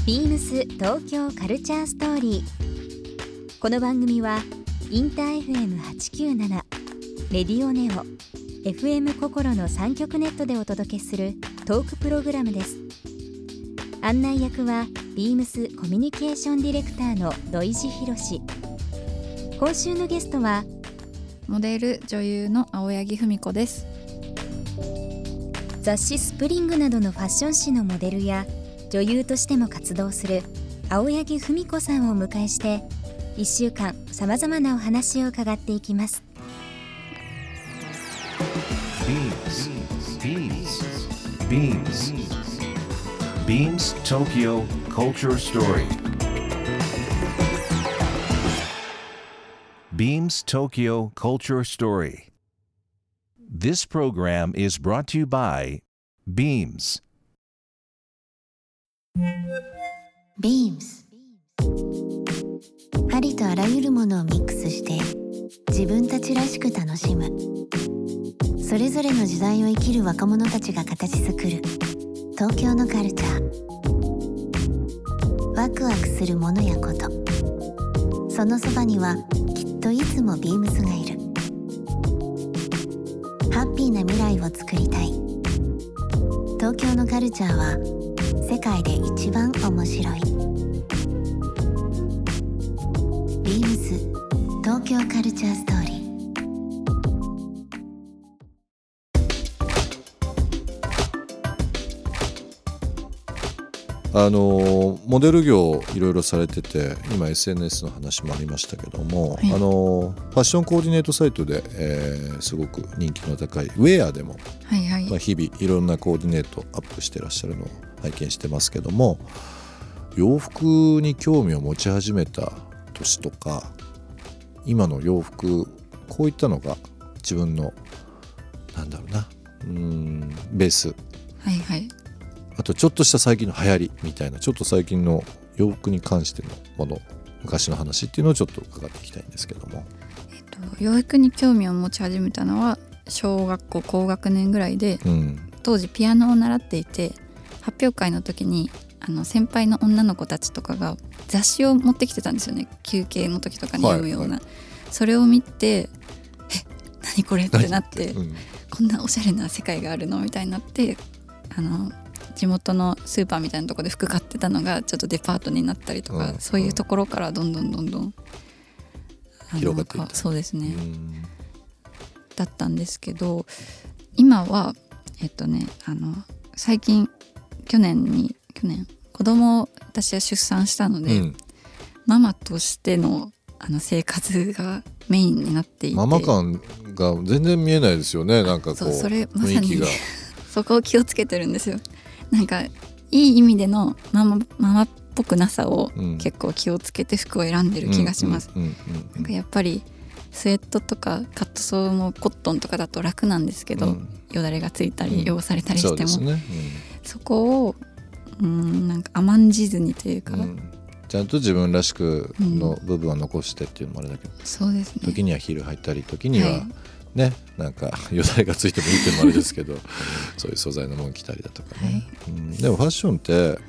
ビームス東京カルチャーストーリー。この番組はインター FM897 レディオネオ FM 心の3極ネットでお届けするトークプログラムです。案内役はビームスコミュニケーションディレクターの土井博志。今週のゲストはモデル女優の青柳文子です。 雑誌スプリングなどのファッション誌のモデルや女優としても活動する青柳文子さんをお迎えして1週間さまざまなお話を伺っていきます。 Beams Tokyo Culture Story. Beams Tokyo Culture Story. This program is brought to you by Beams. Beams ありとあらゆるものをミックスして自分たちらしく楽しむ、それぞれの時代を生きる若者たちが形作る東京のカルチャー。ワクワクするものやこと、そのそばにはきっといつもビームスがいる。ハッピーな未来を作りたい。東京のカルチャーは世界で一番面白い。ビームス東京カルチャーストーリー。 モデル業いろいろされてて、今 SNS の話もありましたけども、はい、ファッションコーディネートサイトで、すごく人気の高いウェアでも、はいはい、日々いろんなコーディネートアップしてらっしゃるのを拝見してますけども、洋服に興味を持ち始めた年とか、今の洋服こういったのが自分のなんだろうな、ベース、はいはい、あとちょっとした最近の流行りみたいな、ちょっと最近の洋服に関してのもの、昔の話っていうのをちょっと伺っていきたいんですけども、 洋服に興味を持ち始めたのは小学校高学年ぐらいで、当時ピアノを習っていて、発表会の時に先輩の女の子たちとかが雑誌を持ってきてたんですよね。休憩の時とかに読むような、はいはい、それを見て何これってなって、こんなおしゃれな世界があるのみたいになって、地元のスーパーみたいなところで服買ってたのがちょっとデパートになったりとか、そういうところからどんどん広がっていった。 そうですね、だったんですけど、今は最近去年子供を私は出産したので、ママとしての生活がメインになっていて、 ママ感が全然見えないですよね。なんかこう、 それまさにそこを気をつけてるんですよ。なんかいい意味でのママっぽくなさを結構気をつけて服を選んでる気がします。なんかやっぱりスウェットとかカットソーもコットンとかだと楽なんですけど、よだれがついたり汚されたりしても、そこをなんか甘んじずにというか、 ちゃんと自分らしくの部分は残してっていうのもあれだけど、 そうですね、 時にはヒール入ったり、時にはね、なんかよだれがついてもいいっていうのもあれですけどそういう素材のもの着たりだとかね、でもファッションって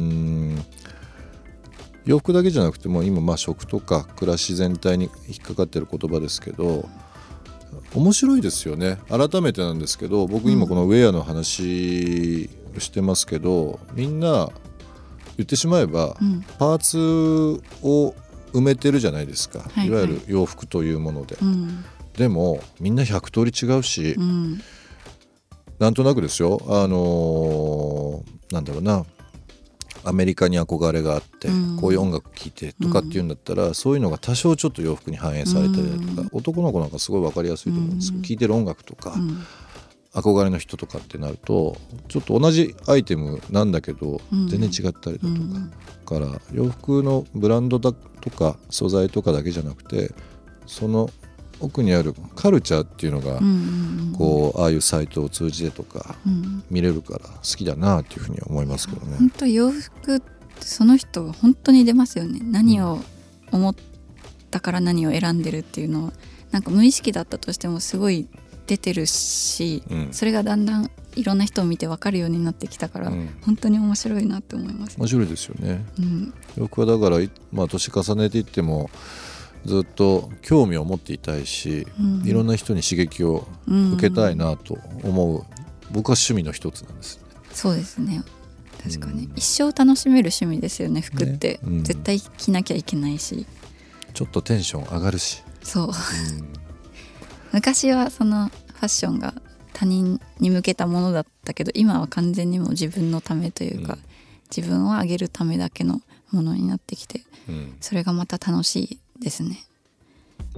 洋服だけじゃなくても、今食とか暮らし全体に引っかかってる言葉ですけど、面白いですよね。改めてなんですけど、僕今このウェアの話してますけど、みんな言ってしまえば、パーツを埋めてるじゃないですか、いわゆる洋服というもので、でもみんな100通り違うし、なんとなくですよ、なんだろうな、アメリカに憧れがあって、こういう音楽聴いてとかっていうんだったら、そういうのが多少ちょっと洋服に反映されたりだとか、男の子なんかすごい分かりやすいと思うんですけど、聴いてる音楽とか、憧れの人とかってなると、ちょっと同じアイテムなんだけど全然違ったりだとか、から洋服のブランドだとか素材とかだけじゃなくて、その奥にあるカルチャーっていうのが、こうああいうサイトを通じてとか見れるから好きだなっていうふうに思いますけどね。 本当洋服ってその人が本当に出ますよね。何を思ったから何を選んでるっていうのは、なんか無意識だったとしてもすごい出てるし、それがだんだんいろんな人を見て分かるようになってきたから、本当に面白いなって思います。 面白いですよね、僕はだから、年重ねていってもずっと興味を持っていたいし、いろんな人に刺激を受けたいなと思う、僕は趣味の一つなんですね。 そうですね、確かに、一生楽しめる趣味ですよね、服って、絶対着なきゃいけないし、 ちょっとテンション上がるし。 そう、昔はそのファッションが他人に向けたものだったけど、今は完全にもう自分のためというか、自分を上げるためだけのものになってきて、それがまた楽しいですね。 ち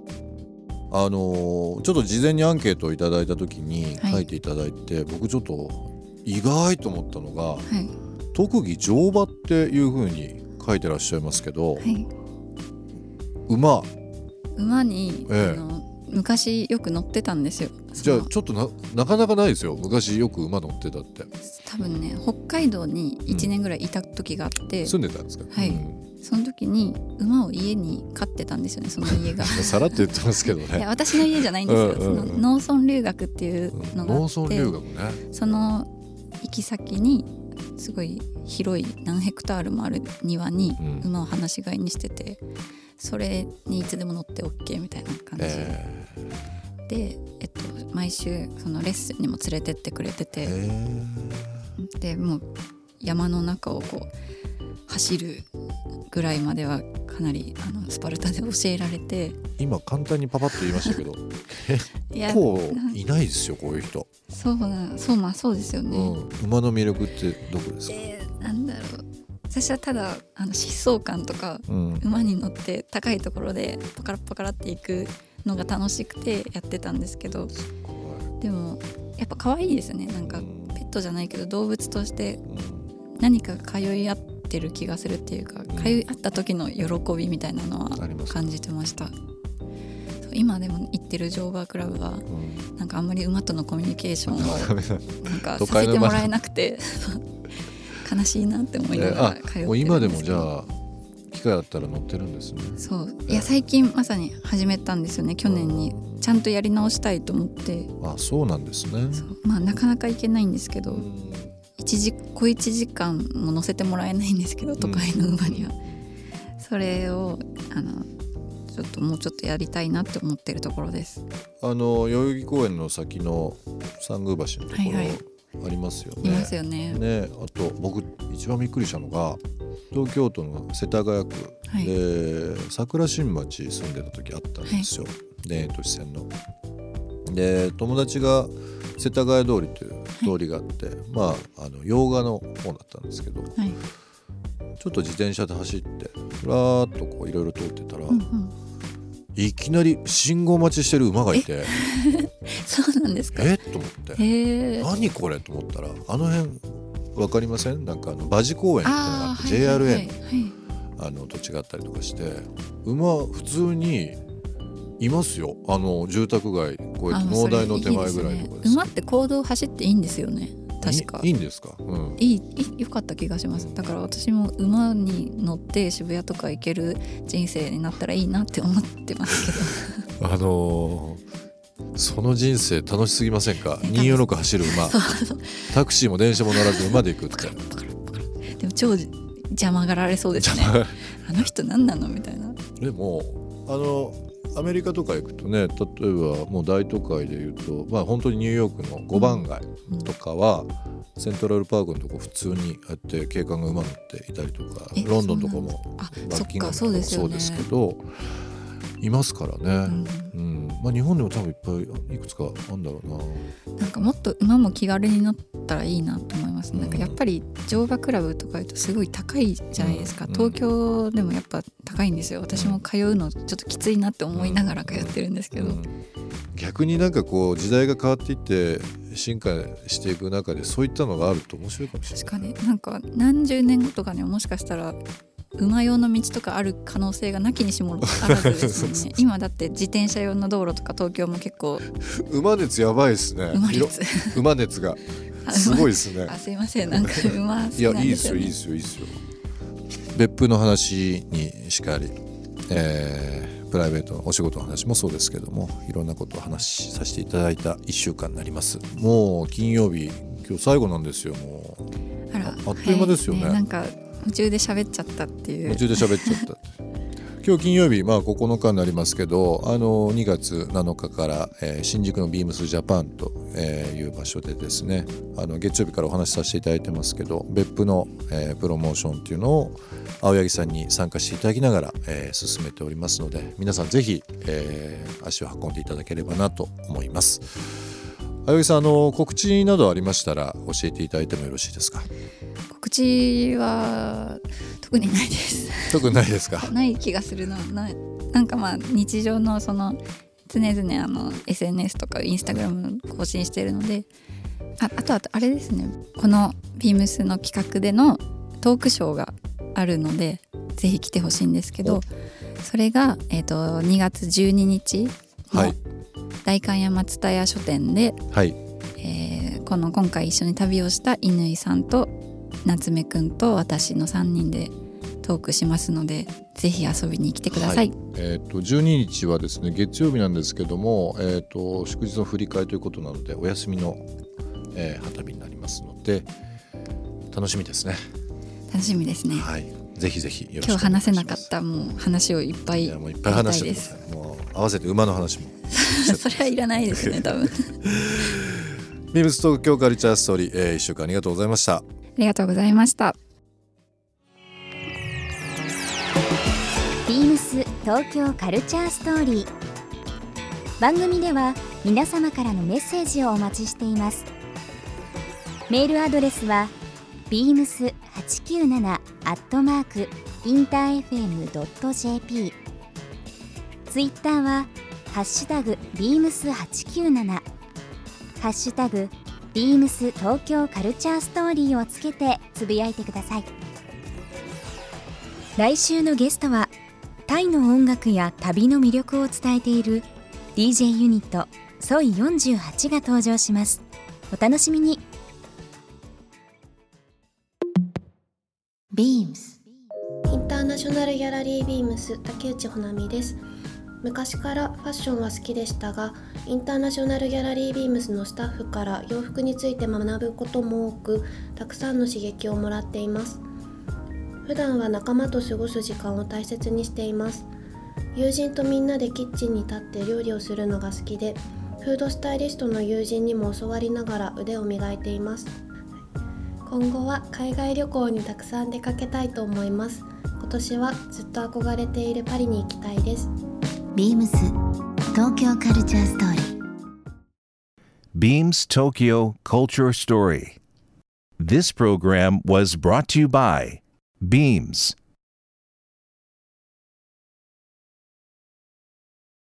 ょっと事前にアンケートをいただいた時に書いていただいて、僕ちょっと意外と思ったのが、特技乗馬っていう風に書いてらっしゃいますけど、馬に、 昔よく乗ってたんですよ。 じゃあちょっと なかなかないですよ、昔よく馬乗ってたって。 多分ね、北海道に1年ぐらいいた時があって、 住んでたんですか。 その時に馬を家に飼ってたんですよね、その家がさらっと言ってますけどね。 いや、私の家じゃないんですよ、その農村留学っていうのがあって、 農村留学ね、 その行き先にすごい広い何ヘクタールもある庭に馬を放し飼いにしてて、それにいつでも乗って OK みたいな感じで、毎週そのレッスンにも連れてってくれてて、でもう山の中をこう走るぐらいまではかなりスパルタで教えられて。 今簡単にパパッと言いましたけど結構いないですよ、こういう人。 そうですよね、 馬の魅力ってどこですか。 なんだろう、私はただ疾走感とか、馬に乗って高いところでパカラパカラっていくのが楽しくてやってたんですけど、でもやっぱ可愛いですね。なんかペットじゃないけど動物として何か通い合ってる気がするっていうか、通い合った時の喜びみたいなのは感じてました。今でも行ってる乗馬クラブは、なんかあんまり馬とのコミュニケーションをなんかさせてもらえなくて悲しいなって思いながら通ってるんですけど。 もう今でもじゃあ機会あったら乗ってるんですね。 そう、いや最近まさに始めたんですよね。去年にちゃんとやり直したいと思って。 そうなんですね。 なかなか行けないんですけど、小1時間も乗せてもらえないんですけど、都会の馬には、それをちょっともうちょっとやりたいなって思ってるところです。 代々木公園の先の三宮橋のところありますよね。 いますよね。 あと僕一番びっくりしたのが、東京都の世田谷区で、桜新町住んでた時あったんですよ、田園都市線の。で友達が世田谷通りという通りがあって、洋画の方だったんですけど、ちょっと自転車で走ってふらーっとこういろいろ通ってたら、いきなり信号待ちしてる馬がいてそうなんですか。 と思って、何これと思ったら、あの辺わかりません？なんか馬事公園ってのがあって、JRA の土地があったりとかして、馬普通にいますよ。住宅街こうやって農大の手前ぐらいのところです。 馬って公道走っていいんですよね、確か。 いいんですか。 よかった気がします。だから私も馬に乗って渋谷とか行ける人生になったらいいなって思ってますけどその人生楽しすぎませんか。246走る馬タクシーも電車も乗らず馬で行くってでも超邪魔がられそうですねあの人何なのみたいな。 でもアメリカとか行くとね、例えばもう大都会でいうと、本当にニューヨークの5番街とかは、セントラルパークのとこ普通にあって警官が馬乗っていたりとか、ロンドンとかもバッキンガムとかもそうですけど、いますからね、日本でも多分いっぱいいくつかあるんだろうな。 なんかもっと馬も気軽になったらいいなと思います。なんかやっぱり乗馬クラブとかいうとすごい高いじゃないですか、東京でもやっぱ高いんですよ。私も通うのちょっときついなって思いながら通ってるんですけど、 逆になんかこう時代が変わっていって進化していく中でそういったのがあると面白いかもしれない。 確かになんか何十年後とかにはもしかしたら馬用の道とかある可能性がなきにしもあらずですもんね今だって自転車用の道路とか東京も結構馬熱やばいですね。馬熱がすごいですねすいません、なんか馬好きなんですよね。 いいですよ別府の話にしかり、 プライベートのお仕事の話もそうですけども、いろんなことを話しさせていただいた1週間になります。もう金曜日、今日最後なんですよ。もう あっという間ですよね。 なんか夢中で喋っちゃったっていう。 夢中で喋っちゃった今日金曜日、9日になりますけど、2月7日から、新宿のビームスジャパンという場所でですね、月曜日からお話しさせていただいてますけど、別府の、プロモーションっていうのを青柳さんに参加していただきながら、進めておりますので、皆さんぜひ、足を運んでいただければなと思います。青柳さん、告知などありましたら教えていただいてもよろしいですか？ 告知は特にないです。 特にないですか？ ない気がするの。なんか日常のその常々SNS とかインスタグラム更新してるので、あとあれですね、このビームスの企画でのトークショーがあるのでぜひ来てほしいんですけど、それが、2月12日の代官山蔦屋書店で、はい、今回一緒に旅をした乾さんと夏目くんと私の3人でトークしますので、ぜひ遊びに来てください。 12日はですね、月曜日なんですけども、祝日の振り替えということなのでお休みの、旗日になりますので楽しみですね。 楽しみですね。 はい、ぜひぜひよろしくお願いします。 今日話せなかったもう話をいっぱい話してください。もう合わせて馬の話もそれはいらないですね、多分ビームス東京カルチャーストーリー、1週間ありがとうございました。 ありがとうございました。 ビームス東京カルチャーストーリー。番組では皆様からのメッセージをお待ちしています。メールアドレスは beams897@interfm.jp、 ツイッターはハッシュタグ beams897、 ハッシュタグビームス東京カルチャーストーリーをつけてつぶやいてください。来週のゲストはタイの音楽や旅の魅力を伝えている DJ ユニットソイ48が登場します。お楽しみに。 ビームスインターナショナルギャラリービームス竹内穂波です。昔からファッションは好きでしたが、インターナショナルギャラリービームスのスタッフから洋服について学ぶことも多く、たくさんの刺激をもらっています。普段は仲間と過ごす時間を大切にしています。友人とみんなでキッチンに立って料理をするのが好きで、フードスタイリストの友人にも教わりながら腕を磨いています。今後は海外旅行にたくさん出かけたいと思います。今年はずっと憧れているパリに行きたいです。 ビームス東京カルチャーストーリー。 Beams Tokyo Culture Story. This program was brought to you by Beams.